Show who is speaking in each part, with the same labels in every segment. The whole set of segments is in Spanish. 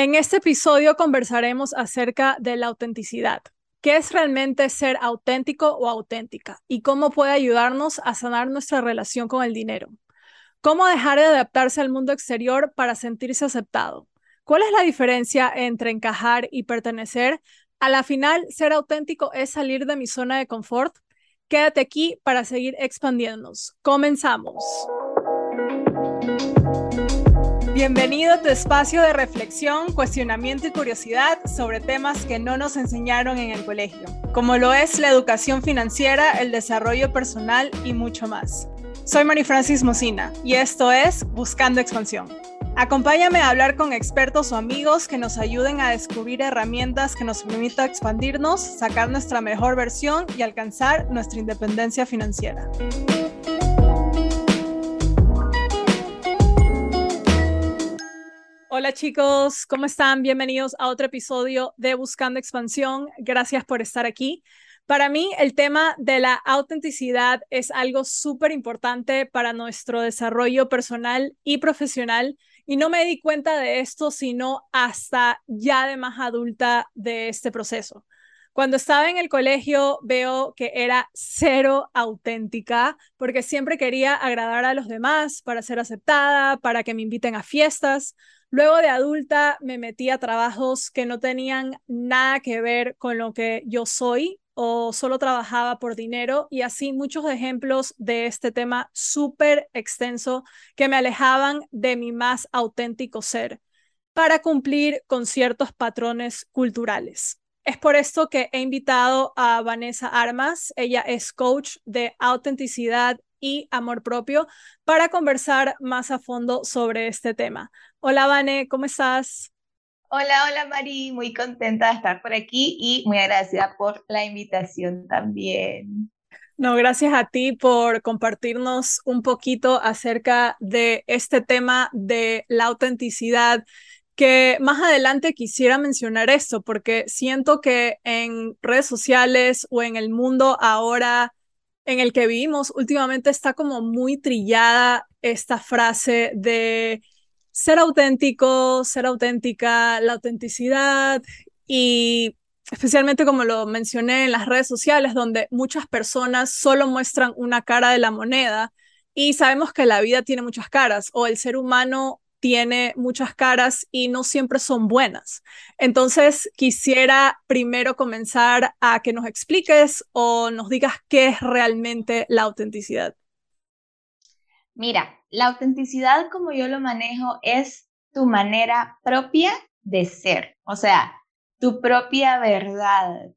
Speaker 1: En este episodio conversaremos acerca de la autenticidad. ¿Qué es realmente ser auténtico o auténtica? ¿Y cómo puede ayudarnos a sanar nuestra relación con el dinero? ¿Cómo dejar de adaptarse al mundo exterior para sentirse aceptado? ¿Cuál es la diferencia entre encajar y pertenecer? A la final, ser auténtico es salir de mi zona de confort. Quédate aquí para seguir expandiéndonos. Comenzamos. Bienvenido a tu espacio de reflexión, cuestionamiento y curiosidad sobre temas que no nos enseñaron en el colegio, como lo es la educación financiera, el desarrollo personal y mucho más. Soy Mari Francis Mocina y esto es Buscando Expansión. Acompáñame a hablar con expertos o amigos que nos ayuden a descubrir herramientas que nos permitan expandirnos, sacar nuestra mejor versión y alcanzar nuestra independencia financiera. Hola chicos, ¿cómo están? Bienvenidos a otro episodio de Buscando Expansión. Gracias por estar aquí. Para mí, el tema de la autenticidad es algo súper importante para nuestro desarrollo personal y profesional. Y no me di cuenta de esto sino hasta ya de más adulta de este proceso. Cuando estaba en el colegio veo que era cero auténtica porque siempre quería agradar a los demás para ser aceptada, para que me inviten a fiestas. Luego de adulta me metí a trabajos que no tenían nada que ver con lo que yo soy o solo trabajaba por dinero y así muchos ejemplos de este tema súper extenso que me alejaban de mi más auténtico ser para cumplir con ciertos patrones culturales. Es por esto que he invitado a Vanessa Armas. Ella es coach de autenticidad y amor propio para conversar más a fondo sobre este tema. Hola, Vane, ¿cómo estás?
Speaker 2: Hola, hola Mari, muy contenta de estar por aquí y muy agradecida por la invitación también.
Speaker 1: No, gracias a ti por compartirnos un poquito acerca de este tema de la autenticidad, que más adelante quisiera mencionar esto, porque siento que en redes sociales o en el mundo ahora en el que vivimos últimamente está como muy trillada esta frase de ser auténtico, ser auténtica, la autenticidad y especialmente como lo mencioné en las redes sociales, donde muchas personas solo muestran una cara de la moneda y sabemos que la vida tiene muchas caras o el ser humano tiene muchas caras y no siempre son buenas. Entonces, quisiera primero comenzar a que nos expliques o nos digas qué es realmente la autenticidad.
Speaker 2: Mira, la autenticidad como yo lo manejo es tu manera propia de ser, o sea, tu propia verdad,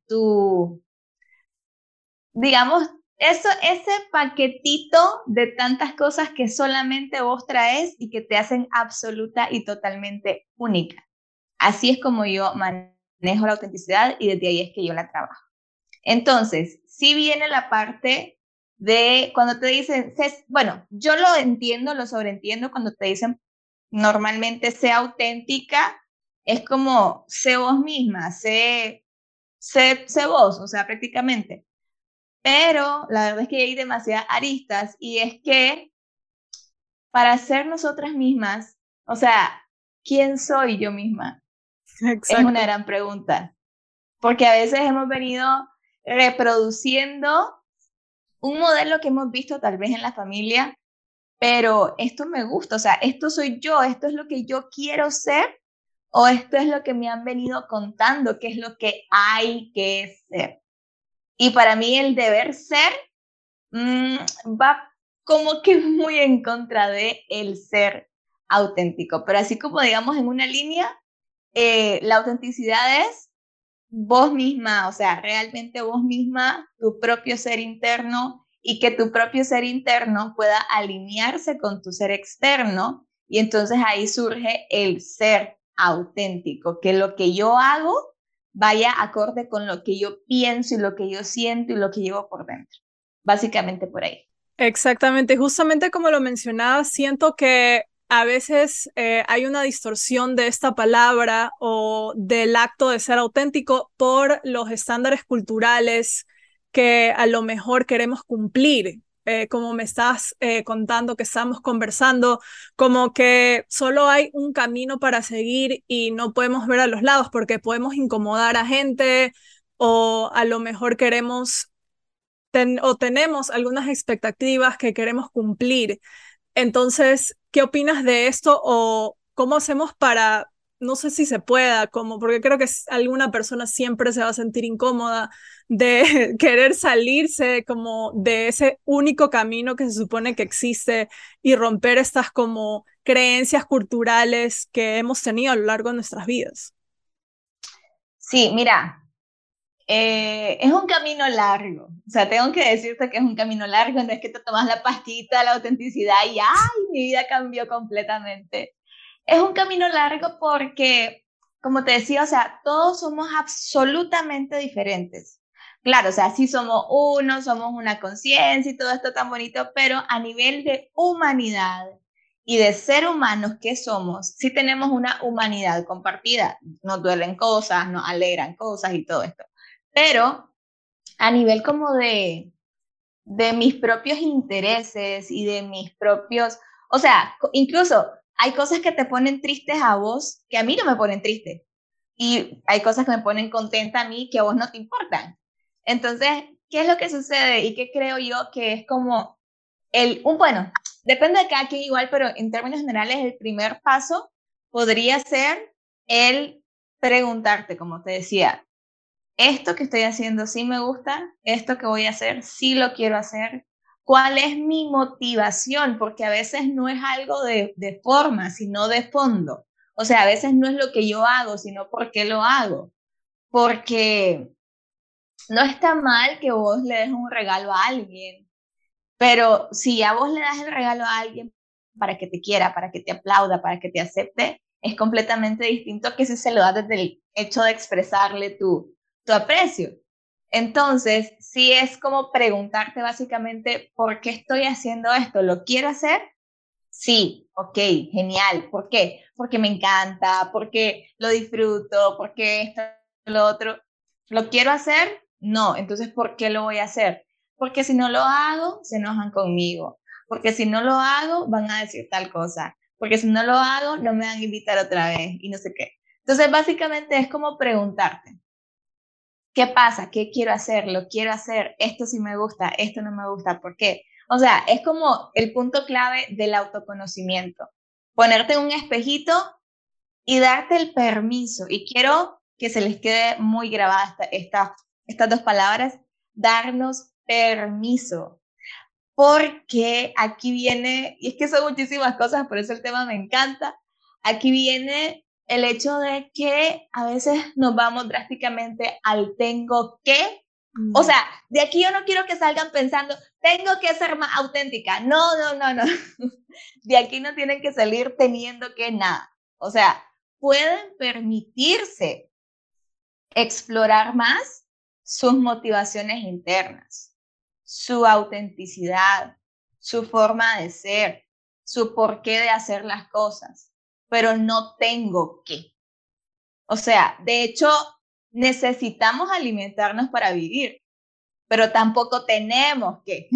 Speaker 2: digamos, ese paquetito de tantas cosas que solamente vos traes y que te hacen absoluta y totalmente única. Así es como yo manejo la autenticidad y desde ahí es que yo la trabajo. Entonces, si viene la parte de cuando te dicen, bueno, yo lo entiendo, lo sobreentiendo cuando te dicen normalmente sea auténtica, es como sé vos misma, sé vos, o sea, prácticamente. Pero la verdad es que hay demasiadas aristas y es que para ser nosotras mismas, o sea, ¿quién soy yo misma? Es una
Speaker 1: Exacto.
Speaker 2: gran pregunta, porque a veces hemos venido reproduciendo un modelo que hemos visto tal vez en la familia, pero esto me gusta, o sea, esto soy yo, esto es lo que yo quiero ser, o esto es lo que me han venido contando, que es lo que hay que ser. Y para mí el deber ser mmm, va como que muy en contra de el ser auténtico, pero así como digamos en una línea, la autenticidad es vos misma, o sea, realmente vos misma, tu propio ser interno y que tu propio ser interno pueda alinearse con tu ser externo y entonces ahí surge el ser auténtico, que lo que yo hago vaya acorde con lo que yo pienso y lo que yo siento y lo que llevo por dentro. Básicamente por ahí.
Speaker 1: Exactamente, justamente como lo mencionaba, siento que a veces hay una distorsión de esta palabra o del acto de ser auténtico por los estándares culturales que a lo mejor queremos cumplir. como me estás contando que estamos conversando, como que solo hay un camino para seguir y no podemos ver a los lados porque podemos incomodar a gente o a lo mejor queremos o tenemos algunas expectativas que queremos cumplir. Entonces, ¿qué opinas de esto o cómo hacemos para, no sé si se pueda, como, porque creo que alguna persona siempre se va a sentir incómoda de querer salirse como de ese único camino que se supone que existe y romper estas como creencias culturales que hemos tenido a lo largo de nuestras vidas?
Speaker 2: Sí, mira, es un camino largo. O sea, tengo que decirte que es un camino largo. No es que te tomas la pastita de la autenticidad y ¡ay! Mi vida cambió completamente. Es un camino largo porque, como te decía, o sea, todos somos absolutamente diferentes. Claro, o sea, sí somos uno, somos una conciencia y todo esto tan bonito, pero a nivel de humanidad y de ser humanos que somos, sí tenemos una humanidad compartida. Nos duelen cosas, nos alegran cosas y todo esto. Pero a nivel como de mis propios intereses y de mis propios, o sea, incluso hay cosas que te ponen tristes a vos que a mí no me ponen triste. Y hay cosas que me ponen contenta a mí que a vos no te importan. Entonces, ¿qué es lo que sucede? Y qué creo yo que es como bueno, depende de cada quien igual, pero en términos generales, el primer paso podría ser el preguntarte, como te decía, esto que estoy haciendo sí me gusta, esto que voy a hacer sí lo quiero hacer, cuál es mi motivación, porque a veces no es algo de forma, sino de fondo. O sea, a veces no es lo que yo hago, sino por qué lo hago. Porque no está mal que vos le des un regalo a alguien, pero si a vos le das el regalo a alguien para que te quiera, para que te aplauda, para que te acepte, es completamente distinto que si se lo das desde el hecho de expresarle tu aprecio. Entonces, sí es como preguntarte básicamente, ¿por qué estoy haciendo esto? ¿Lo quiero hacer? Sí, ok, genial. ¿Por qué? Porque me encanta, porque lo disfruto, porque esto, lo otro. ¿Lo quiero hacer? No. Entonces, ¿por qué lo voy a hacer? Porque si no lo hago, se enojan conmigo. Porque si no lo hago, van a decir tal cosa. Porque si no lo hago, no me van a invitar otra vez y no sé qué. Entonces, básicamente es como preguntarte, ¿qué pasa? ¿Qué quiero hacer? ¿Lo quiero hacer? Esto sí me gusta, esto no me gusta. ¿Por qué? O sea, es como el punto clave del autoconocimiento. Ponerte en un espejito y darte el permiso. Y quiero que se les quede muy grabada estas dos palabras, darnos permiso. Porque aquí viene, y es que son muchísimas cosas, por eso el tema me encanta, aquí viene el hecho de que a veces nos vamos drásticamente al tengo que. O sea, de aquí yo no quiero que salgan pensando, tengo que ser más auténtica. No, no, no, no. De aquí no tienen que salir teniendo que nada. O sea, pueden permitirse explorar más sus motivaciones internas, su autenticidad, su forma de ser, su porqué de hacer las cosas, pero no tengo que. O sea, de hecho, necesitamos alimentarnos para vivir, pero tampoco tenemos que.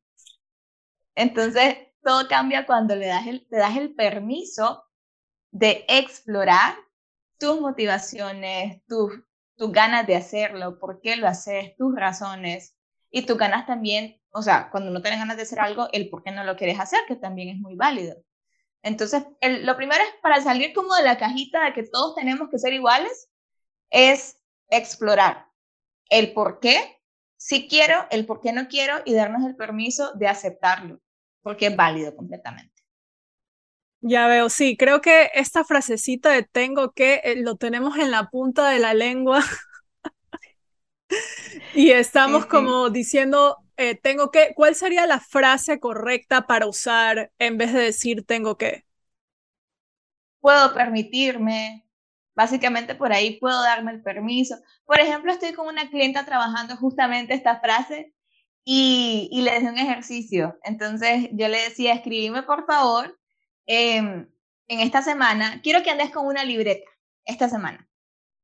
Speaker 2: Entonces, todo cambia cuando te das el permiso de explorar tus motivaciones, tus ganas de hacerlo, por qué lo haces, tus razones y tus ganas también, o sea, cuando no tienes ganas de hacer algo, el por qué no lo quieres hacer, que también es muy válido. Entonces, lo primero es para salir como de la cajita de que todos tenemos que ser iguales, es explorar el por qué sí quiero, el por qué no quiero y darnos el permiso de aceptarlo, porque es válido completamente.
Speaker 1: Ya veo, sí, creo que esta frasecita de tengo que lo tenemos en la punta de la lengua y estamos
Speaker 2: Sí, sí.
Speaker 1: como diciendo tengo que, ¿cuál sería la frase correcta para usar en vez de decir tengo que?
Speaker 2: Puedo permitirme, básicamente por ahí puedo darme el permiso. Por ejemplo, estoy con una clienta trabajando justamente esta frase y le dejé un ejercicio. Entonces yo le decía, escribime por favor en esta semana, quiero que andes con una libreta esta semana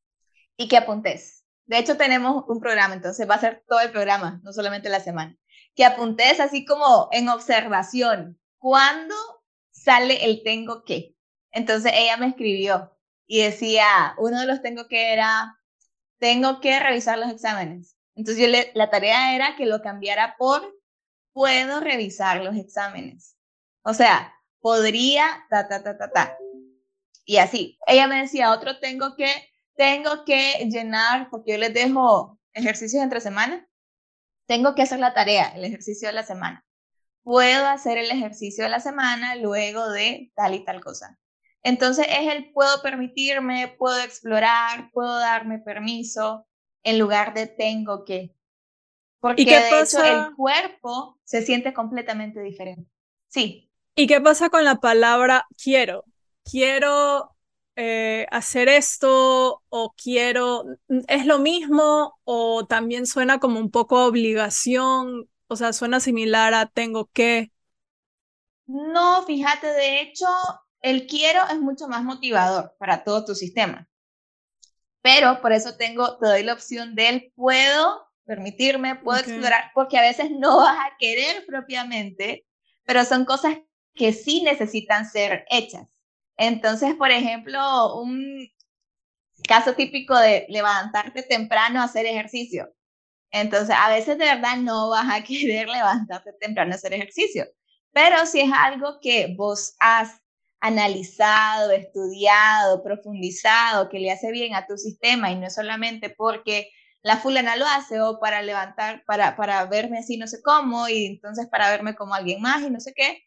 Speaker 2: y que apuntes. De hecho, tenemos un programa, entonces va a ser todo el programa, no solamente la semana. que apuntes así como en observación. ¿Cuándo sale el tengo que? Entonces ella me escribió y decía, uno de los tengo que era, tengo que revisar los exámenes. Entonces la tarea era que lo cambiara por, puedo revisar los exámenes. O sea, podría, ta, ta, ta, ta, ta. Y así. Ella me decía, otro tengo que llenar, porque yo les dejo ejercicios entre semana, tengo que hacer la tarea, el ejercicio de la semana. Puedo hacer el ejercicio de la semana luego de tal y tal cosa. Entonces es el puedo permitirme, puedo explorar, puedo darme permiso, en lugar de tengo que.
Speaker 1: ¿Y
Speaker 2: Porque
Speaker 1: qué
Speaker 2: de hecho el
Speaker 1: pasa?
Speaker 2: cuerpo se siente completamente diferente. Sí.
Speaker 1: ¿Y qué pasa con la palabra quiero? Quiero hacer esto o quiero, ¿es lo mismo o también suena como un poco obligación? O sea, suena similar a tengo que.
Speaker 2: No, fíjate, de hecho, el quiero es mucho más motivador para todo tu sistema. Pero por eso te doy la opción del puedo permitirme, puedo
Speaker 1: Okay.
Speaker 2: explorar, porque a veces no vas a querer propiamente, pero son cosas que sí necesitan ser hechas. Entonces, por ejemplo, un caso típico de levantarte temprano a hacer ejercicio. Entonces, a veces de verdad no vas a querer levantarte temprano a hacer ejercicio, pero si es algo que vos has analizado, estudiado, profundizado, que le hace bien a tu sistema y no es solamente porque la fulana lo hace o para levantar, para verme así no sé cómo y entonces para verme como alguien más y no sé qué,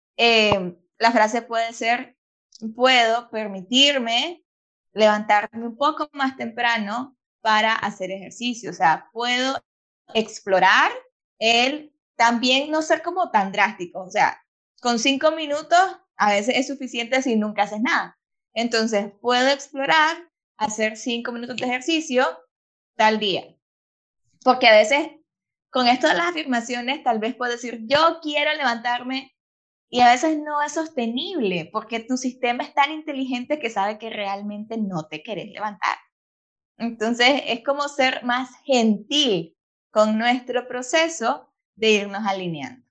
Speaker 2: la frase puede ser, puedo permitirme levantarme un poco más temprano para hacer ejercicio, o sea, puedo explorar el también no ser como tan drástico, o sea, con 5 minutos a veces es suficiente si nunca haces nada. Entonces, puedo explorar, hacer 5 minutos de ejercicio tal día, porque a veces con esto de las afirmaciones tal vez puedo decir, yo quiero levantarme y a veces no es sostenible porque tu sistema es tan inteligente que sabe que realmente no te querés levantar. Entonces es como ser más gentil con nuestro proceso de irnos alineando.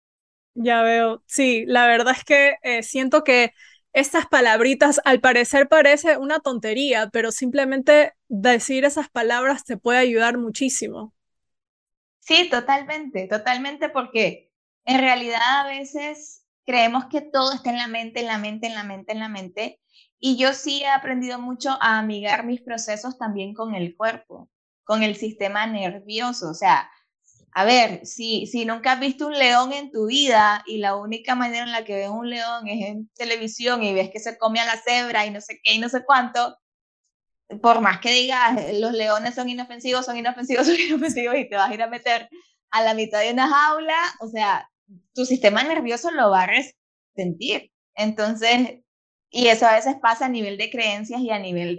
Speaker 1: Ya veo. Sí, la verdad es que siento que estas palabritas al parecer parece una tontería, pero simplemente decir esas palabras te puede ayudar muchísimo.
Speaker 2: Sí, totalmente, totalmente, porque en realidad a veces creemos que todo está en la mente, en la mente, en la mente, en la mente. Y yo sí he aprendido mucho a amigar mis procesos también con el cuerpo, con el sistema nervioso. O sea, a ver, si nunca has visto un león en tu vida y la única manera en la que ves un león es en televisión y ves que se come a la cebra y no sé qué y no sé cuánto, por más que digas los leones son inofensivos, son inofensivos, son inofensivos y te vas a ir a meter a la mitad de una jaula, o sea, tu sistema nervioso lo va a resentir. Entonces, y eso a veces pasa a nivel de creencias y a nivel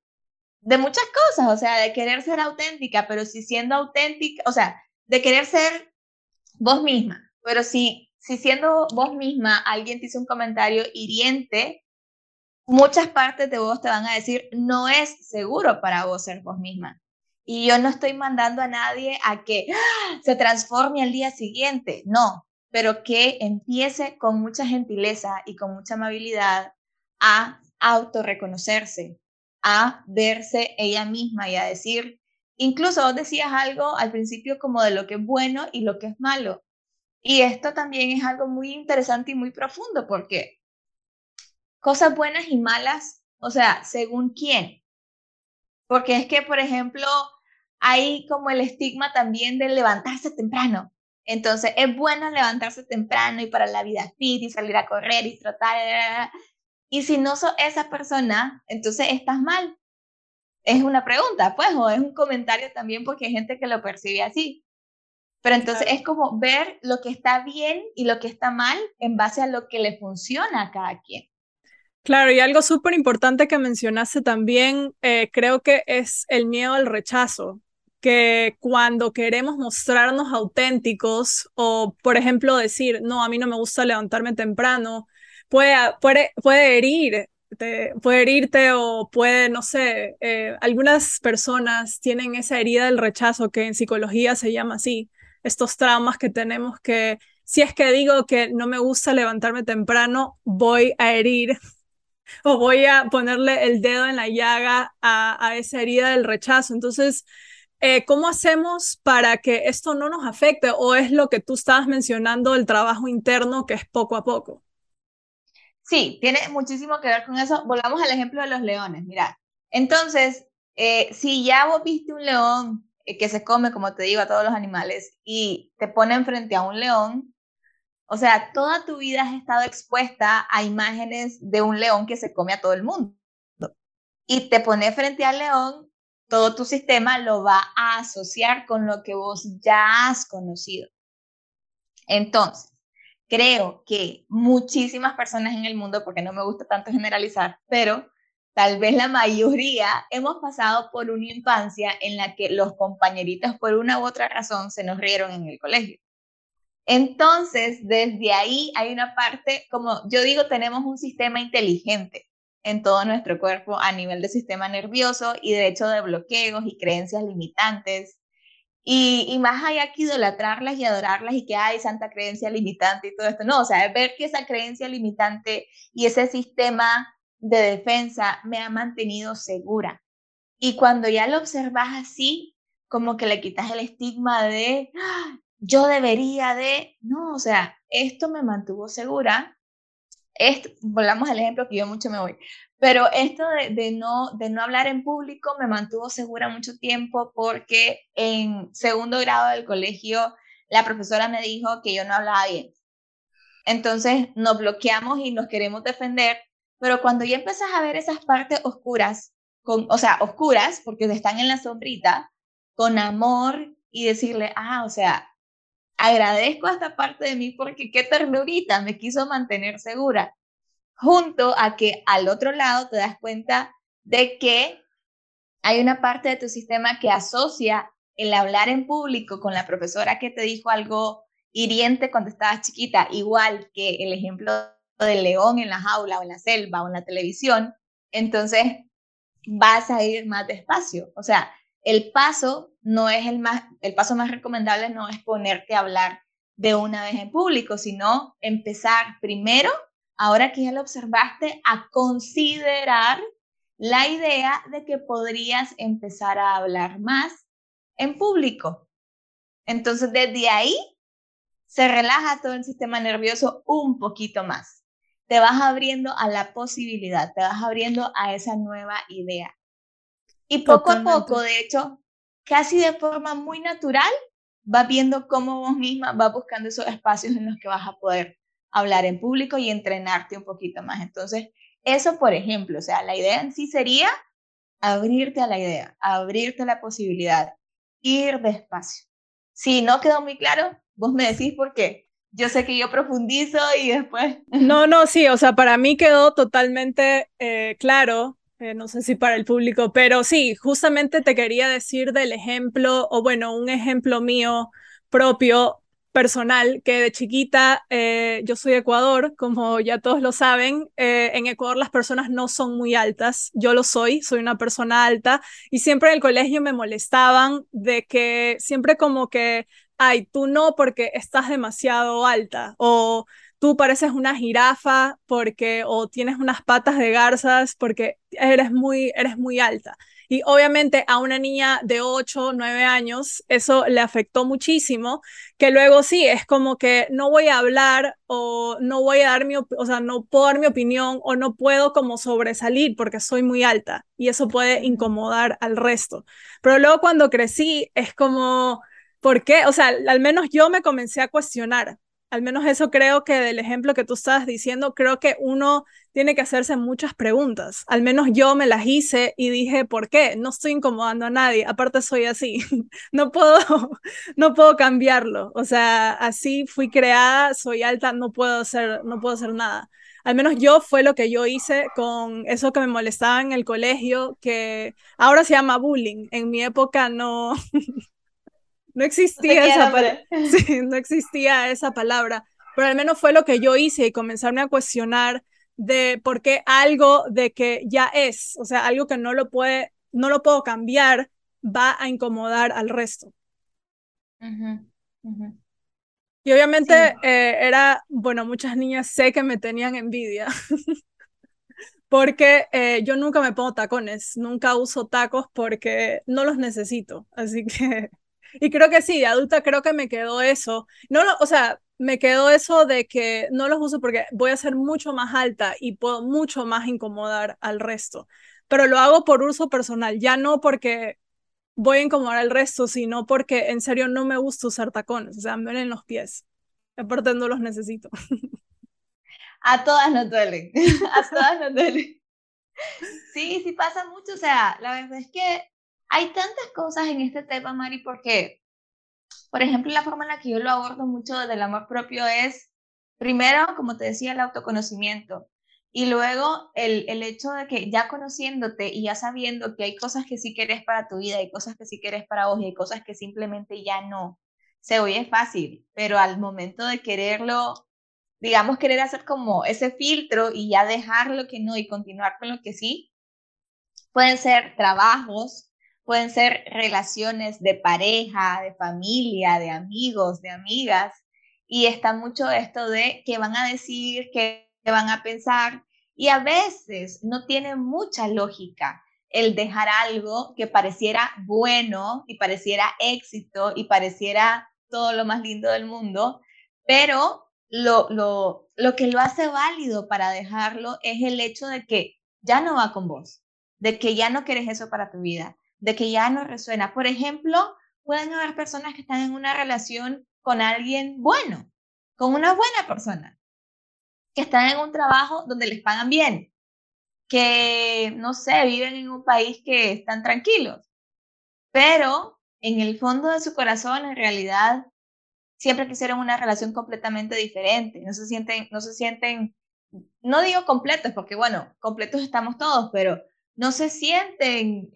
Speaker 2: de muchas cosas, o sea, de querer ser auténtica, pero si siendo auténtica, o sea, de querer ser vos misma, pero si siendo vos misma alguien te hizo un comentario hiriente, muchas partes de vos te van a decir, no es seguro para vos ser vos misma. Y yo no estoy mandando a nadie a que se transforme al día siguiente, no, pero que empiece con mucha gentileza y con mucha amabilidad a autorreconocerse, a verse ella misma y a decir, incluso vos decías algo al principio como de lo que es bueno y lo que es malo. Y esto también es algo muy interesante y muy profundo porque cosas buenas y malas, o sea, según quién. Porque es que, por ejemplo, hay como el estigma también de levantarse temprano. Entonces, es bueno levantarse temprano y para la vida fit y salir a correr y trotar. Y si no sos esa persona, entonces estás mal. Es una pregunta, pues, o es un comentario también porque hay gente que lo percibe así. Pero entonces es
Speaker 1: Claro.
Speaker 2: como ver lo que está bien y lo que está mal en base a lo que le funciona a cada quien.
Speaker 1: Claro, y algo súper importante que mencionaste también, creo que es el miedo al rechazo, que cuando queremos mostrarnos auténticos o, por ejemplo, decir, no, a mí no me gusta levantarme temprano, puede puede herirte o puede, no sé, algunas personas tienen esa herida del rechazo que en psicología se llama así. estos traumas que tenemos que si es que digo que no me gusta levantarme temprano, voy a herir o voy a ponerle el dedo en la llaga a esa herida del rechazo. Entonces, ¿cómo hacemos para que esto no nos afecte? ¿O es lo que tú estabas mencionando, el trabajo interno, que es poco a poco?
Speaker 2: Sí, tiene muchísimo que ver con eso. Volvamos al ejemplo de los leones. Mira, entonces, si ya vos viste un león que se come, como te digo, a todos los animales y te ponen frente a un león, o sea, toda tu vida has estado expuesta a imágenes de un león que se come a todo el mundo. Y te pone frente al león, todo tu sistema lo va a asociar con lo que vos ya has conocido. Entonces, creo que muchísimas personas en el mundo, porque no me gusta tanto generalizar, pero tal vez la mayoría hemos pasado por una infancia en la que los compañeritos por una u otra razón se nos rieron en el colegio. Entonces, desde ahí hay una parte, como yo digo, tenemos un sistema inteligente en todo nuestro cuerpo a nivel de sistema nervioso y de hecho de bloqueos y creencias limitantes. Y más allá que idolatrarlas y adorarlas y que hay santa creencia limitante y todo esto, no, o sea, es ver que esa creencia limitante y ese sistema de defensa me ha mantenido segura. Y cuando ya lo observas así, como que le quitas el estigma de yo debería de, no, o sea, esto me mantuvo segura. Esto, volvamos al ejemplo que yo mucho me voy, pero esto de no hablar en público me mantuvo segura mucho tiempo porque en segundo grado del colegio la profesora me dijo que yo no hablaba bien. Entonces nos bloqueamos y nos queremos defender, pero cuando ya empiezas a ver esas partes oscuras, o sea, oscuras porque están en la sombrita, con amor y decirle, o sea, agradezco a esta parte de mí porque qué ternurita me quiso mantener segura, junto a que al otro lado te das cuenta de que hay una parte de tu sistema que asocia el hablar en público con la profesora que te dijo algo hiriente cuando estabas chiquita, igual que el ejemplo del león en la jaula o en la selva o en la televisión, entonces vas a ir más despacio. O sea, el paso no es el paso más recomendable no es ponerte a hablar de una vez en público, sino empezar primero, ahora que ya lo observaste, a considerar la idea de que podrías empezar a hablar más en público. Entonces, desde ahí se relaja todo el sistema nervioso un poquito más. Te vas abriendo a la posibilidad, te vas abriendo a esa nueva idea. Y poco a poco,
Speaker 1: Totalmente.
Speaker 2: de hecho, casi de forma muy natural, vas viendo cómo vos misma vas buscando esos espacios en los que vas a poder hablar en público y entrenarte un poquito más. Entonces, eso, por ejemplo, o sea, la idea en sí sería abrirte a la idea, abrirte a la posibilidad, ir despacio. Si no quedó muy claro, vos me decís por qué. Yo sé que yo profundizo y después...
Speaker 1: No, no, sí, o sea, para mí quedó totalmente claro, no sé si para el público, pero sí, justamente te quería decir del ejemplo, o bueno, un ejemplo mío propio, personal, que de chiquita, yo soy de Ecuador, como ya todos lo saben, en Ecuador las personas no son muy altas, yo lo soy una persona alta, y siempre en el colegio me molestaban de que siempre como que, ay, tú no porque estás demasiado alta, o tú pareces una jirafa porque o tienes unas patas de garzas porque eres muy alta. Y obviamente a una niña de 8 9 años eso le afectó muchísimo, que luego sí, es como que no voy a hablar o no voy a dar o sea, no puedo dar mi opinión o no puedo como sobresalir porque soy muy alta y eso puede incomodar al resto. Pero luego cuando crecí es como, ¿por qué? O sea, al menos yo me comencé a cuestionar, al menos eso creo que del ejemplo que tú estabas diciendo, creo que uno tiene que hacerse muchas preguntas. Al menos yo me las hice y dije, ¿por qué? No estoy incomodando a nadie, aparte soy así. No puedo, no puedo cambiarlo. O sea, así fui creada, soy alta, no puedo hacer nada. Al menos yo fue lo que yo hice con eso que me molestaba en el colegio, que ahora se llama bullying. En mi época no, no
Speaker 2: No
Speaker 1: existía
Speaker 2: tenía
Speaker 1: esa palabra,
Speaker 2: nombre.
Speaker 1: sí, no existía esa palabra, pero al menos fue lo que yo hice y comenzarme a cuestionar de por qué algo de que ya es, o sea, algo que no lo puedo cambiar, va a incomodar al resto.
Speaker 2: Ujú. Ujú.
Speaker 1: Y obviamente
Speaker 2: Sí,
Speaker 1: bueno, muchas niñas sé que me tenían envidia porque yo nunca me pongo tacones, nunca uso tacos porque no los necesito. Así que, y creo que sí, de adulta creo que me quedó eso. No o sea, me quedó eso de que no los uso porque voy a ser mucho más alta y puedo mucho más incomodar al resto. Pero lo hago por uso personal, ya no porque voy a incomodar al resto, sino porque en serio no me gusta usar tacones, o sea, me duelen los pies. Aparte no los necesito.
Speaker 2: a todas nos duele, a todas nos duele. Sí, sí pasa mucho, o sea, la verdad es que hay tantas cosas en este tema, Mari, porque, por ejemplo, la forma en la que yo lo abordo mucho desde el amor propio es, primero, como te decía, el autoconocimiento. Y luego el hecho de que ya conociéndote y ya sabiendo que hay cosas que sí quieres para tu vida, hay cosas que sí quieres para vos y hay cosas que simplemente ya no. Se oye fácil, pero al momento de quererlo, digamos, querer hacer como ese filtro y ya dejar lo que no y continuar con lo que sí, pueden ser trabajos, pueden ser relaciones de pareja, de familia, de amigos, de amigas. Y está mucho esto de qué van a decir, qué van a pensar. Y a veces no tiene mucha lógica el dejar algo que pareciera bueno y pareciera éxito y pareciera todo lo más lindo del mundo, pero lo que lo hace válido para dejarlo es el hecho de que ya no va con vos, de que ya no quieres eso para tu vida, de que ya no resuena. Por ejemplo, pueden haber personas que están en una relación con alguien bueno, con una buena persona, que están en un trabajo donde les pagan bien, que, no sé, viven en un país que están tranquilos, pero en el fondo de su corazón, en realidad, siempre quisieron una relación completamente diferente. No digo completos, porque bueno, completos estamos todos, pero no se sienten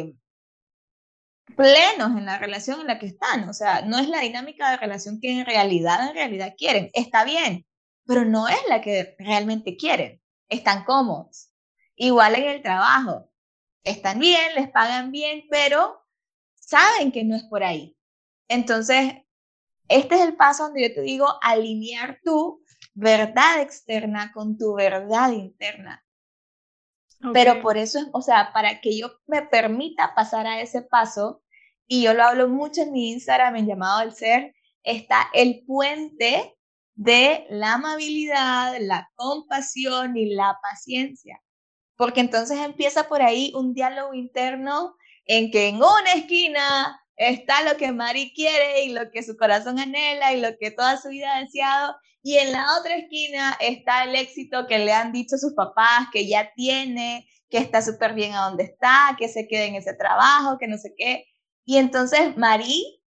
Speaker 2: plenos en la relación en la que están. O sea, no es la dinámica de relación que en realidad quieren. Está bien, pero no es la que realmente quieren. Están cómodos. Igual en el trabajo. Están bien, les pagan bien, pero saben que no es por ahí. Entonces, este es el paso donde yo te digo alinear tu verdad externa con tu verdad interna.
Speaker 1: Ok.
Speaker 2: Pero por eso, o sea, para que yo me permita pasar a ese paso, y yo lo hablo mucho en mi Instagram, en Llamado al Ser, está el puente de la amabilidad, la compasión y la paciencia. Porque entonces empieza por ahí un diálogo interno en que en una esquina está lo que Mari quiere y lo que su corazón anhela y lo que toda su vida ha deseado, y en la otra esquina está el éxito que le han dicho sus papás, que ya tiene, que está súper bien a donde está, que se quede en ese trabajo, que no sé qué. Y entonces Mari,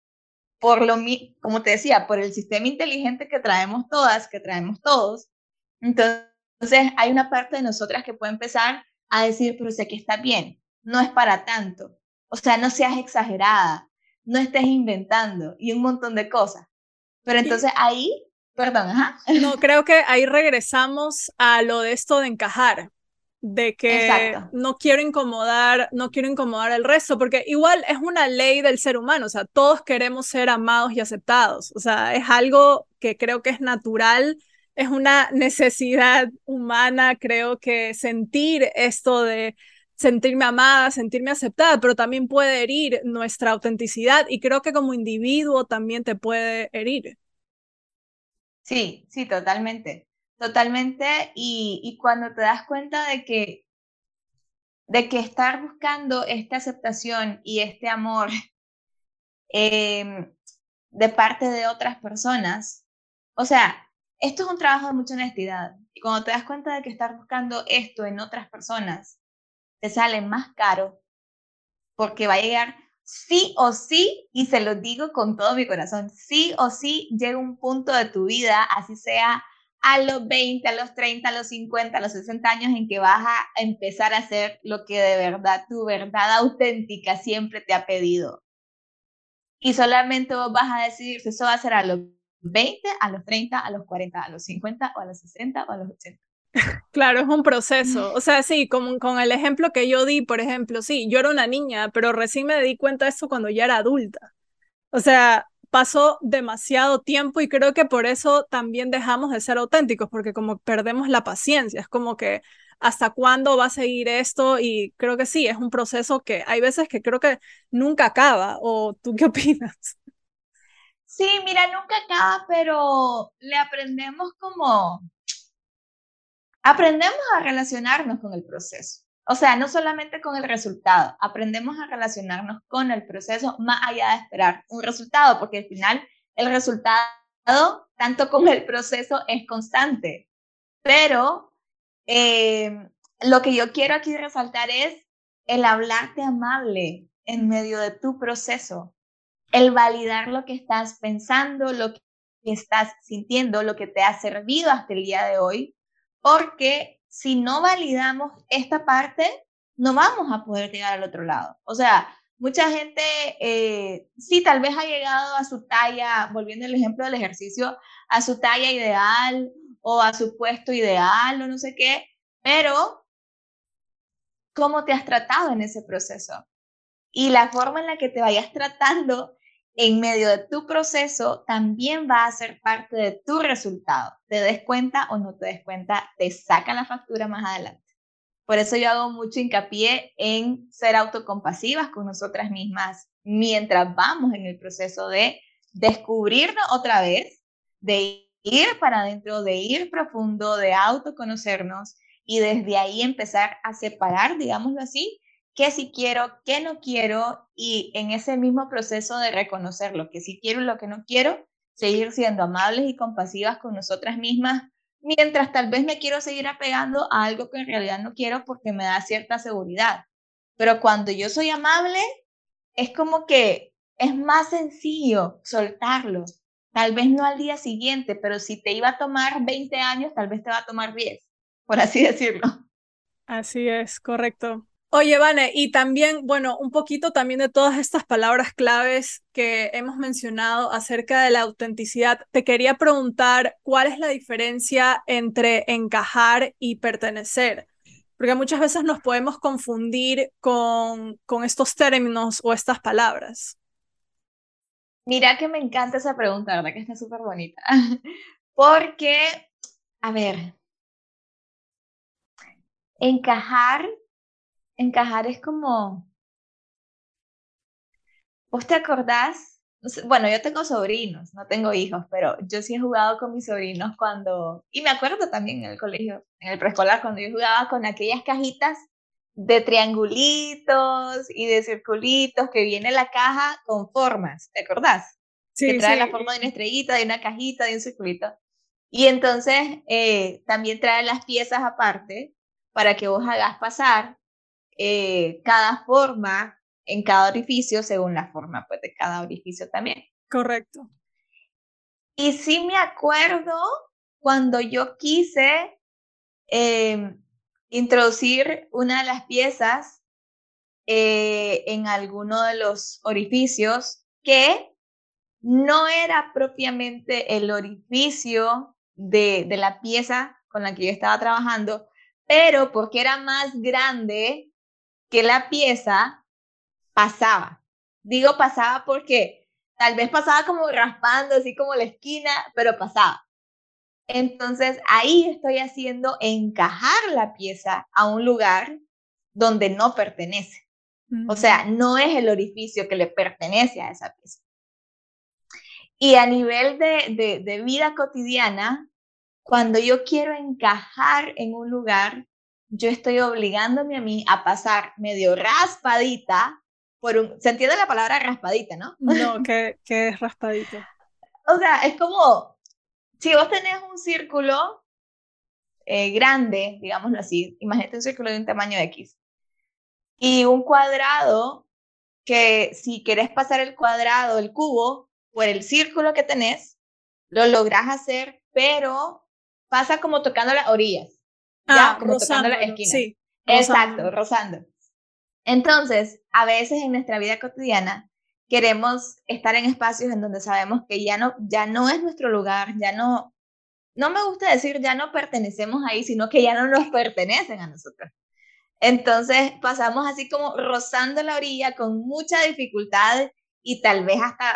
Speaker 2: como te decía, por el sistema inteligente que traemos todas, que traemos todos, entonces hay una parte de nosotras que puede empezar a decir, pero sé que está bien, no es para tanto. O sea, no seas exagerada, no estés inventando y un montón de cosas. Pero
Speaker 1: Y
Speaker 2: entonces ahí, perdón, ajá.
Speaker 1: no, creo que ahí regresamos a lo de esto de encajar, de que
Speaker 2: Exacto.
Speaker 1: no quiero incomodar al resto, porque igual es una ley del ser humano, o sea, todos queremos ser amados y aceptados, o sea, es algo que creo que es natural, es una necesidad humana, creo que sentir esto de sentirme amada, sentirme aceptada, pero también puede herir nuestra autenticidad y creo que como individuo también te puede herir.
Speaker 2: Sí, sí, totalmente. Totalmente. Y cuando te das cuenta de que estar buscando esta aceptación y este amor eh, de parte de otras personas. O sea, esto es un trabajo de mucha honestidad. Y cuando te das cuenta de que estar buscando esto en otras personas te sale más caro porque va a llegar sí o sí, y se lo digo con todo mi corazón, sí o sí llega un punto de tu vida, así sea a los 20, a los 30, a los 50, a los 60 años, en que vas a empezar a hacer lo que de verdad tu verdad auténtica siempre te ha pedido. Y solamente vos vas a decidir si eso va a ser a los 20, a los 30, a los 40, a los 50 o a los 60 o a los 80.
Speaker 1: Claro, es un proceso. O sea, sí, como con el ejemplo que yo di, por ejemplo, sí, yo era una niña, pero recién me di cuenta de eso cuando ya era adulta. O sea, pasó demasiado tiempo y creo que por eso también dejamos de ser auténticos, porque como perdemos la paciencia, es como que hasta cuándo va a seguir esto y creo que sí, es un proceso que hay veces que creo que nunca acaba. ¿O tú qué opinas?
Speaker 2: Sí, mira, nunca acaba, pero le aprendemos a relacionarnos con el proceso. O sea, no solamente con el resultado, aprendemos a relacionarnos con el proceso más allá de esperar un resultado, porque al final el resultado, tanto como el proceso, es constante. Pero lo que yo quiero aquí resaltar es el hablarte amable en medio de tu proceso, el validar lo que estás pensando, lo que estás sintiendo, lo que te ha servido hasta el día de hoy, porque si no validamos esta parte, no vamos a poder llegar al otro lado. O sea, mucha gente, sí, tal vez ha llegado a su talla, volviendo al ejemplo del ejercicio, a su talla ideal o a su puesto ideal o no sé qué, pero ¿cómo te has tratado en ese proceso? Y la forma en la que te vayas tratando en medio de tu proceso también va a ser parte de tu resultado. Te des cuenta o no te des cuenta, te saca la factura más adelante. Por eso yo hago mucho hincapié en ser autocompasivas con nosotras mismas mientras vamos en el proceso de descubrirnos otra vez, de ir para adentro, de ir profundo, de autoconocernos y desde ahí empezar a separar, digámoslo así, qué sí quiero, qué no quiero y en ese mismo proceso de reconocer lo que sí quiero y lo que no quiero, seguir siendo amables y compasivas con nosotras mismas mientras tal vez me quiero seguir apegando a algo que en realidad no quiero porque me da cierta seguridad. Pero cuando yo soy amable, es como que es más sencillo soltarlo. Tal vez no al día siguiente, pero si te iba a tomar 20 años, tal vez te va a tomar 10, por así decirlo.
Speaker 1: Así es, correcto. Oye, Vane, y también, bueno, un poquito también de todas estas palabras claves que hemos mencionado acerca de la autenticidad, te quería preguntar cuál es la diferencia entre encajar y pertenecer, porque muchas veces nos podemos confundir con estos términos o estas palabras.
Speaker 2: Mira que me encanta esa pregunta, ¿verdad? Que está súper bonita. Porque, a ver, encajar, encajar es como, ¿vos te acordás? Bueno, yo tengo sobrinos, no tengo hijos, pero yo sí he jugado con mis sobrinos y me acuerdo también en el colegio, en el preescolar, cuando yo jugaba con aquellas cajitas de triangulitos y de circulitos que viene la caja con formas, ¿te acordás? Que
Speaker 1: Sí,
Speaker 2: trae la
Speaker 1: sí,
Speaker 2: forma de una estrellita, de una cajita, de un circulito. Y entonces también trae las piezas aparte para que vos hagas pasar cada forma en cada orificio según la forma pues, de cada orificio también.
Speaker 1: correcto.
Speaker 2: Y sí me acuerdo cuando yo quise eh, introducir una de las piezas en alguno de los orificios que no era propiamente el orificio de la pieza con la que yo estaba trabajando, pero porque era más grande que la pieza, pasaba. Digo pasaba porque tal vez pasaba como raspando, así como la esquina, pero pasaba. Entonces ahí estoy haciendo encajar la pieza a un lugar donde no pertenece. O sea, no es el orificio que le pertenece a esa pieza. Y a nivel de vida cotidiana, cuando yo quiero encajar en un lugar, yo estoy obligándome a mí a pasar medio raspadita ¿se entiende la palabra raspadita, no?
Speaker 1: No, que es raspadito.
Speaker 2: O sea, es como, si vos tenés un círculo grande, digámoslo así, imagínate un círculo de un tamaño X, y un cuadrado que si querés pasar el cuadrado, el cubo, por el círculo que tenés, lo lográs hacer, pero pasa como tocando las orillas, ¿ya?
Speaker 1: Ah,
Speaker 2: Como tocando las
Speaker 1: rozándolo,
Speaker 2: esquinas.
Speaker 1: sí,
Speaker 2: Exacto,
Speaker 1: rozándolo.
Speaker 2: rozando. Entonces, a veces en nuestra vida cotidiana queremos estar en espacios en donde sabemos que ya no es nuestro lugar, no me gusta decir ya no pertenecemos ahí, sino que ya no nos pertenecen a nosotros. Entonces pasamos así como rozando la orilla con mucha dificultad y tal vez hasta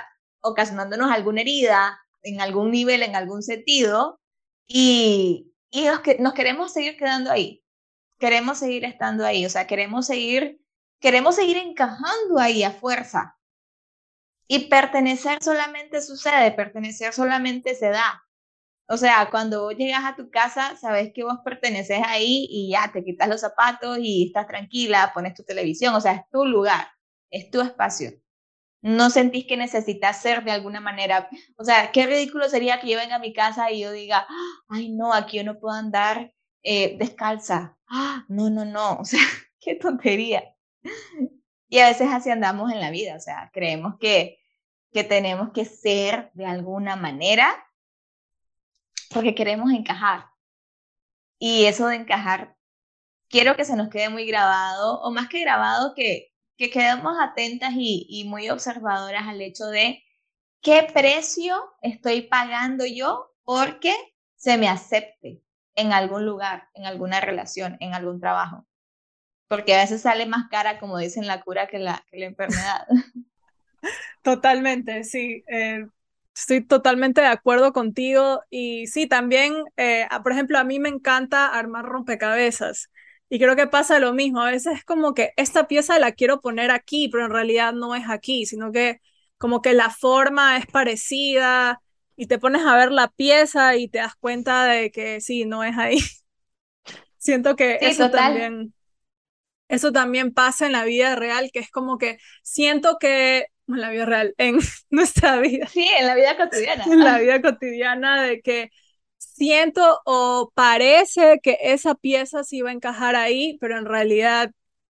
Speaker 2: ocasionándonos alguna herida en algún nivel, en algún sentido, y nos queremos seguir quedando ahí, queremos seguir estando ahí, o sea, queremos seguir encajando ahí a fuerza. Y pertenecer solamente sucede, pertenecer solamente se da. O sea, cuando vos llegas a tu casa, sabes que vos perteneces ahí y ya te quitas los zapatos y estás tranquila, pones tu televisión, o sea, es tu lugar, es tu espacio. No sentís que necesitas ser de alguna manera. O sea, qué ridículo sería que yo venga a mi casa y yo diga, ay, no, aquí yo no puedo andar descalza. No, no, no, o sea, qué tontería. Y a veces así andamos en la vida, o sea, creemos que tenemos que ser de alguna manera porque queremos encajar. Y eso de encajar, quiero que se nos quede muy grabado, o más que grabado, que quedemos atentas y muy observadoras al hecho de qué precio estoy pagando yo porque se me acepte en algún lugar, en alguna relación, en algún trabajo. Porque a veces sale más cara, como dicen, la cura que la enfermedad.
Speaker 1: Totalmente, sí. Estoy totalmente de acuerdo contigo. Y sí, también, por ejemplo, a mí me encanta armar rompecabezas. Y creo que pasa lo mismo. A veces es como que esta pieza la quiero poner aquí, pero en realidad no es aquí, sino que como que la forma es parecida y te pones a ver la pieza y te das cuenta de que sí, no es ahí. Siento que
Speaker 2: Sí, total.
Speaker 1: eso también pasa en la vida real, que es como que siento que, en la vida real, en nuestra vida,
Speaker 2: Sí, en la vida cotidiana.
Speaker 1: en la vida cotidiana, de que siento o parece que esa pieza sí va a encajar ahí, pero en realidad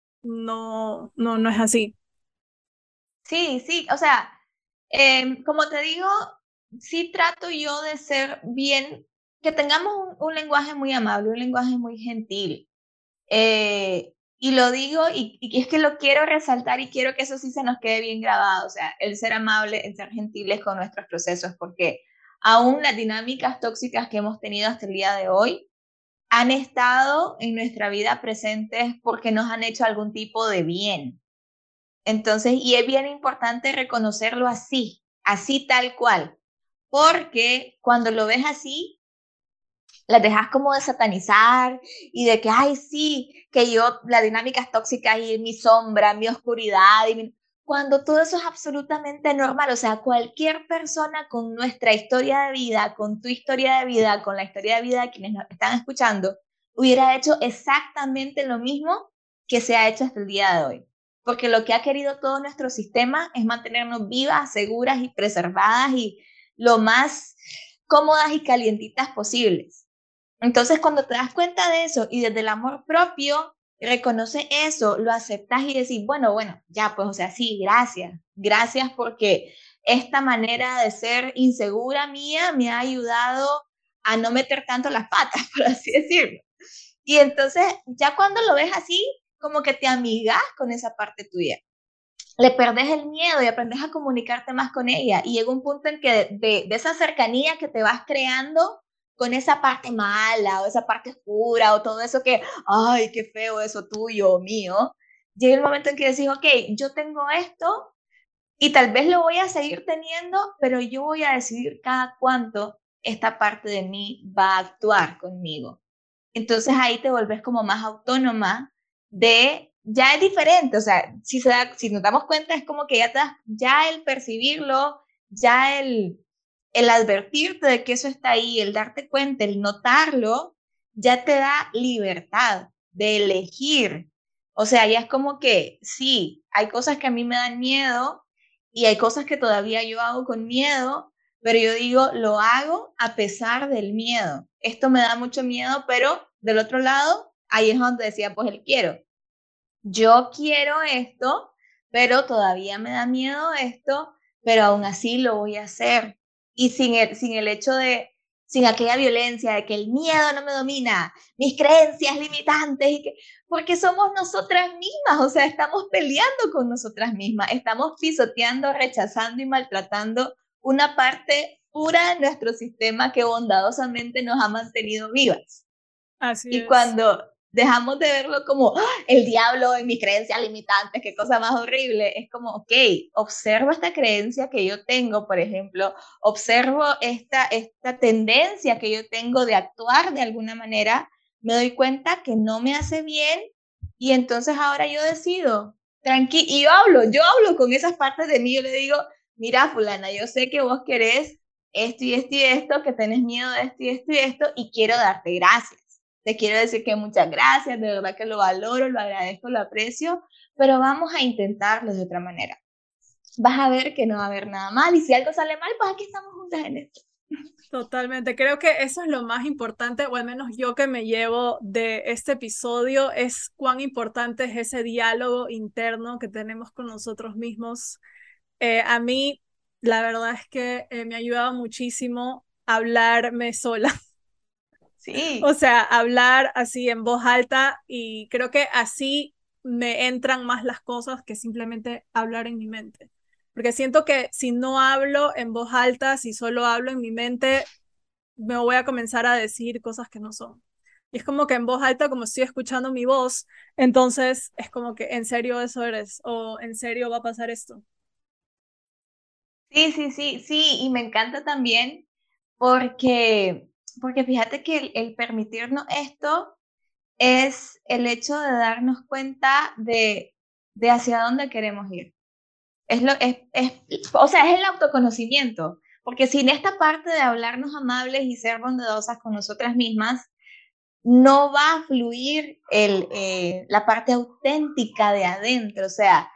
Speaker 1: no es así.
Speaker 2: Sí, sí, o sea, como te digo, sí trato yo de ser bien, que tengamos un lenguaje muy amable, un lenguaje muy gentil. Y lo digo y es que lo quiero resaltar y quiero que eso sí se nos quede bien grabado, o sea, el ser amable, el ser gentiles con nuestros procesos, porque aún las dinámicas tóxicas que hemos tenido hasta el día de hoy han estado en nuestra vida presentes porque nos han hecho algún tipo de bien. Entonces, y es bien importante reconocerlo así, así tal cual, porque cuando lo ves así, las dejas como de satanizar y de que, ay, sí, que yo, la dinámica es tóxica y mi sombra, mi oscuridad, cuando todo eso es absolutamente normal, o sea, cualquier persona con nuestra historia de vida, con tu historia de vida, con la historia de vida de quienes nos están escuchando, hubiera hecho exactamente lo mismo que se ha hecho hasta el día de hoy. Porque lo que ha querido todo nuestro sistema es mantenernos vivas, seguras y preservadas y lo más cómodas y calientitas posibles. Entonces, cuando te das cuenta de eso y desde el amor propio, reconoce eso, lo aceptas y decís, bueno, ya, pues, o sea, sí, gracias porque esta manera de ser insegura mía me ha ayudado a no meter tanto las patas, por así decirlo. Y entonces, ya cuando lo ves así, como que te amigas con esa parte tuya. Le perdes el miedo y aprendes a comunicarte más con ella. Y llega un punto en que de esa cercanía que te vas creando con esa parte mala o esa parte oscura o todo eso que, ay, qué feo eso tuyo o mío, llega el momento en que decís, ok, yo tengo esto y tal vez lo voy a seguir teniendo, pero yo voy a decidir cada cuánto esta parte de mí va a actuar conmigo. Entonces ahí te vuelves como más autónoma ya es diferente, o sea, si nos damos cuenta es como que ya el percibirlo, ya el advertirte de que eso está ahí, el darte cuenta, el notarlo, ya te da libertad de elegir. O sea, ya es como que sí, hay cosas que a mí me dan miedo y hay cosas que todavía yo hago con miedo, pero yo digo, lo hago a pesar del miedo. Esto me da mucho miedo, pero del otro lado, ahí es donde decía, pues el quiero. Yo quiero esto, pero todavía me da miedo esto, pero aún así lo voy a hacer. Y sin el hecho sin aquella violencia de que el miedo no me domina, mis creencias limitantes, porque somos nosotras mismas, o sea, estamos peleando con nosotras mismas, estamos pisoteando, rechazando y maltratando una parte pura de nuestro sistema que bondadosamente nos ha mantenido vivas.
Speaker 1: Así
Speaker 2: Y
Speaker 1: es.
Speaker 2: dejamos de verlo como ¡ah! El diablo en mis creencias limitantes, qué cosa más horrible. Es como, ok, observo esta creencia que yo tengo, por ejemplo, observo esta tendencia que yo tengo de actuar de alguna manera, me doy cuenta que no me hace bien y entonces ahora yo decido, tranqui, y yo hablo con esas partes de mí, yo le digo, mira fulana, yo sé que vos querés esto y esto y esto, que tenés miedo de esto y esto y esto, y quiero darte gracias. Te quiero decir que muchas gracias, de verdad que lo valoro, lo agradezco, lo aprecio, pero vamos a intentarlo de otra manera. Vas a ver que no va a haber nada mal, y si algo sale mal, pues aquí estamos juntas en esto.
Speaker 1: Totalmente, creo que eso es lo más importante, o al menos yo que me llevo de este episodio, es cuán importante es ese diálogo interno que tenemos con nosotros mismos. A mí, la verdad es que me ha ayudado muchísimo hablarme sola, o
Speaker 2: Sí,
Speaker 1: sea, hablar así en voz alta y creo que así me entran más las cosas que simplemente hablar en mi mente. Porque siento que si no hablo en voz alta, si solo hablo en mi mente, me voy a comenzar a decir cosas que no son. Y es como que en voz alta, como estoy escuchando mi voz, entonces es como que en serio eso eres o en serio va a pasar esto.
Speaker 2: sí, sí, sí, sí, y me encanta también porque, porque fíjate que el permitirnos esto es el hecho de darnos cuenta de hacia dónde queremos ir. O sea, es el autoconocimiento, porque sin esta parte de hablarnos amables y ser bondadosas con nosotras mismas, no va a fluir la parte auténtica de adentro. O sea,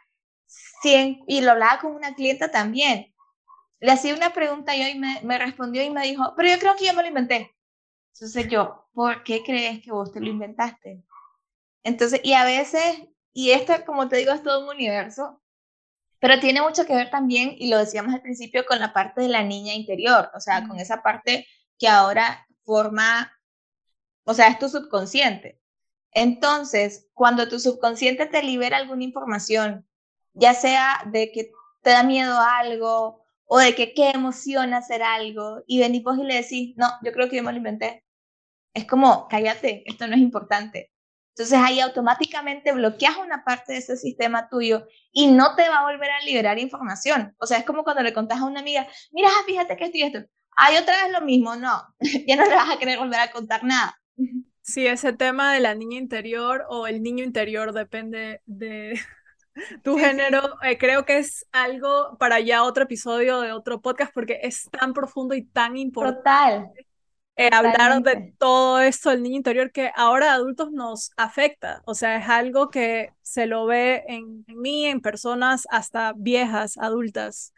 Speaker 2: y lo hablaba con una clienta también, le hacía una pregunta yo y me respondió y me dijo, pero yo creo que yo me lo inventé. Entonces yo, ¿por qué crees que vos te lo inventaste? Entonces, y a veces, y esto, como te digo, es todo un universo, pero tiene mucho que ver también, y lo decíamos al principio, con la parte de la niña interior, o sea, con
Speaker 1: Mm.
Speaker 2: esa parte que ahora forma, o sea, es tu subconsciente. Entonces, cuando tu subconsciente te libera alguna información, ya sea de que te da miedo a algo o de que qué emociona hacer algo, y venís vos y le decís, no, yo creo que yo me lo inventé. Es como, cállate, esto no es importante. Entonces ahí automáticamente bloqueas una parte de ese sistema tuyo y no te va a volver a liberar información. O sea, es como cuando le contás a una amiga, mira, fíjate que esto y esto. Ay, otra vez lo mismo. No, ya no le vas a querer volver a contar nada.
Speaker 1: Sí, ese tema de la niña interior o el niño interior depende de tu
Speaker 2: Sí, sí,
Speaker 1: género. Creo que es algo para ya otro episodio de otro podcast porque es tan profundo y tan importante
Speaker 2: total,
Speaker 1: hablar de
Speaker 2: totalmente.
Speaker 1: todo esto del niño interior que ahora a adultos nos afecta. O sea, es algo que se lo ve en mí, en personas hasta viejas, adultas.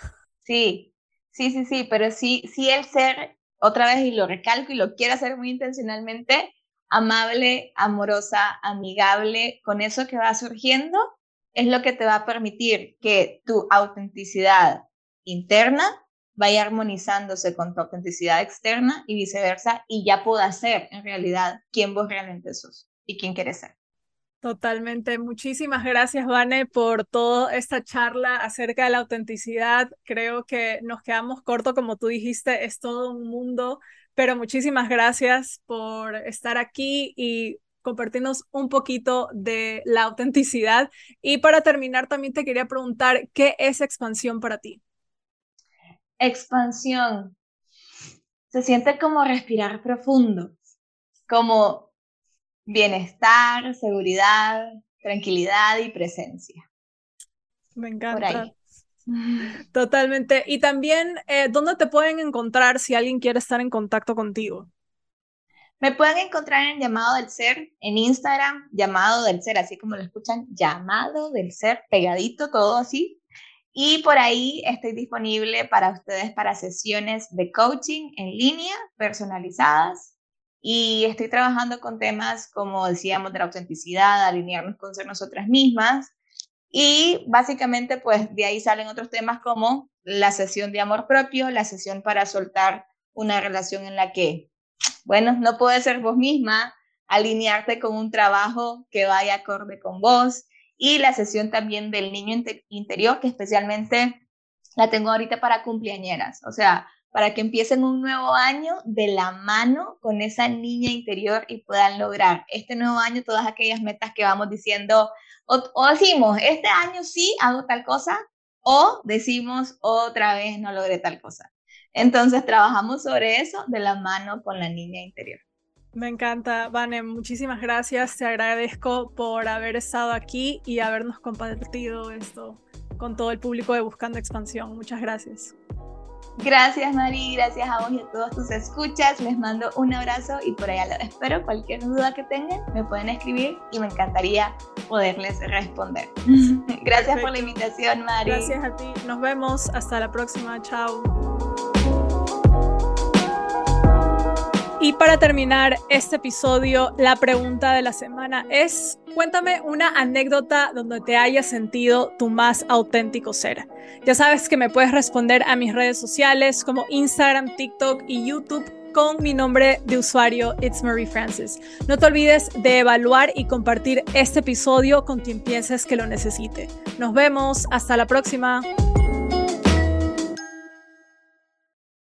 Speaker 2: Sí, sí, sí, sí, pero sí, sí el ser, otra vez, y lo recalco y lo quiero hacer muy intencionalmente, amable, amorosa, amigable, con eso que va surgiendo, es lo que te va a permitir que tu autenticidad interna vaya armonizándose con tu autenticidad externa y viceversa, y ya puedas ser en realidad quien vos realmente sos y quién quieres ser.
Speaker 1: Totalmente. Muchísimas gracias, Vane, por toda esta charla acerca de la autenticidad. Creo que nos quedamos cortos, como tú dijiste, es todo un mundo, pero muchísimas gracias por estar aquí y compartirnos un poquito de la autenticidad. Y para terminar, también te quería preguntar, ¿qué es expansión para ti?
Speaker 2: Expansión. Se siente como respirar profundo, como bienestar, seguridad, tranquilidad y presencia.
Speaker 1: Me
Speaker 2: Por
Speaker 1: encanta.
Speaker 2: ahí.
Speaker 1: Totalmente. Y también, ¿dónde te pueden encontrar si alguien quiere estar en contacto contigo?
Speaker 2: Me pueden encontrar en Llamado del Ser, en Instagram, Llamado del Ser, así como lo escuchan, Llamado del Ser, pegadito, todo así. Y por ahí estoy disponible para ustedes para sesiones de coaching en línea, personalizadas. Y estoy trabajando con temas, como decíamos, de la autenticidad, alinearnos con ser nosotras mismas. Y básicamente, pues de ahí salen otros temas como la sesión de amor propio, la sesión para soltar una relación en la que, bueno, no puedes ser vos misma, alinearte con un trabajo que vaya acorde con vos, y la sesión también del niño interior, que especialmente la tengo ahorita para cumpleañeras, o sea, para que empiecen un nuevo año de la mano con esa niña interior y puedan lograr este nuevo año todas aquellas metas que vamos diciendo o decimos, este año sí hago tal cosa, o decimos otra vez no logré tal cosa. Entonces trabajamos sobre eso de la mano con la niña interior.
Speaker 1: Me encanta, Vane, muchísimas gracias, te agradezco por haber estado aquí y habernos compartido esto con todo el público de Buscando Expansión. Muchas gracias.
Speaker 2: Gracias, Mari, gracias a vos y a todos tus escuchas. Les mando un abrazo y por allá los espero. Cualquier duda que tengan me pueden escribir y me encantaría poderles responder. Gracias Perfecto. Por la invitación, Mari.
Speaker 1: Gracias a ti. Nos vemos. Hasta la próxima. Chao. Y para terminar este episodio, la pregunta de la semana es: cuéntame una anécdota donde te hayas sentido tu más auténtico ser. Ya sabes que me puedes responder a mis redes sociales como Instagram, TikTok y YouTube con mi nombre de usuario It's Marie Francis. No te olvides de evaluar y compartir este episodio con quien pienses que lo necesite. Nos vemos. Hasta la próxima.